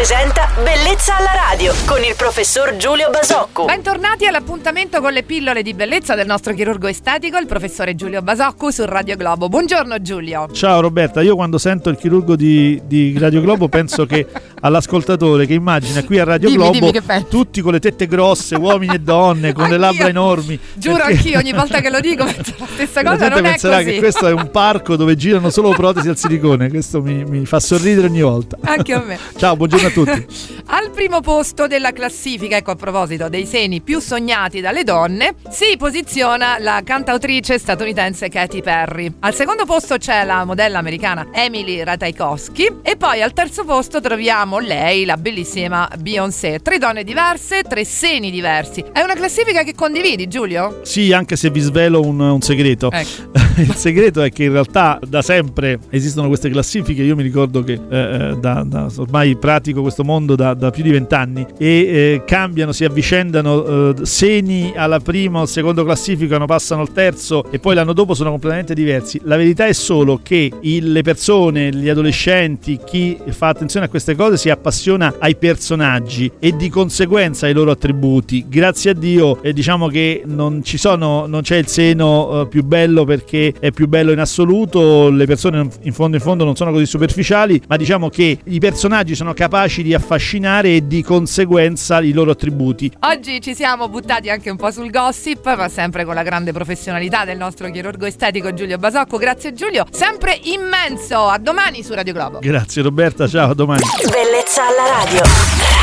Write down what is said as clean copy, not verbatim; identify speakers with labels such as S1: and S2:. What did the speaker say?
S1: presenta Bellezza alla radio con il professor Giulio Basoccu.
S2: Bentornati all'appuntamento con le pillole di bellezza del nostro chirurgo estetico, il professore Giulio Basoccu su Radio Globo. Buongiorno Giulio.
S3: Ciao Roberta, io quando sento il chirurgo di Radio Globo penso che all'ascoltatore che immagina qui a Radio Globo tutti con le tette grosse, uomini e donne, con le labbra enormi.
S2: Giuro, perché anch'io ogni volta che lo dico penso la stessa cosa, non è
S3: penserà
S2: così.
S3: Che questo è un parco dove girano solo protesi al silicone. Questo mi fa sorridere ogni volta.
S2: Anche a me.
S3: Ciao, buongiorno a tutti.
S2: Al primo posto della classifica, ecco, a proposito dei seni più sognati dalle donne, si posiziona la cantautrice statunitense Katy Perry. Al secondo posto c'è la modella americana Emily Ratajkowski e poi al terzo posto troviamo lei, la bellissima Beyoncé. 3 donne diverse, 3 seni diversi. È una classifica che condividi, Giulio?
S3: Sì, anche se vi svelo un segreto.
S2: Ecco.
S3: Il segreto è che in realtà da sempre esistono queste classifiche. Io mi ricordo che ormai pratico questo mondo da più di 20 anni e cambiano, si avvicendano seni alla prima o seconda classifica, passano al terzo e poi l'anno dopo sono completamente diversi. La verità è solo che le persone, gli adolescenti, chi fa attenzione a queste cose si appassiona ai personaggi e di conseguenza ai loro attributi. Grazie a Dio diciamo che non c'è il seno più bello perché è più bello in assoluto, le persone in fondo non sono così superficiali, ma diciamo che i personaggi sono capaci di affascinare e di conseguenza i loro attributi.
S2: Oggi ci siamo buttati anche un po' sul gossip, ma sempre con la grande professionalità del nostro chirurgo estetico Giulio Basoccu. Grazie Giulio, sempre immenso. A domani su Radio Globo.
S3: Grazie Roberta, ciao, a domani.
S1: Bellezza alla radio.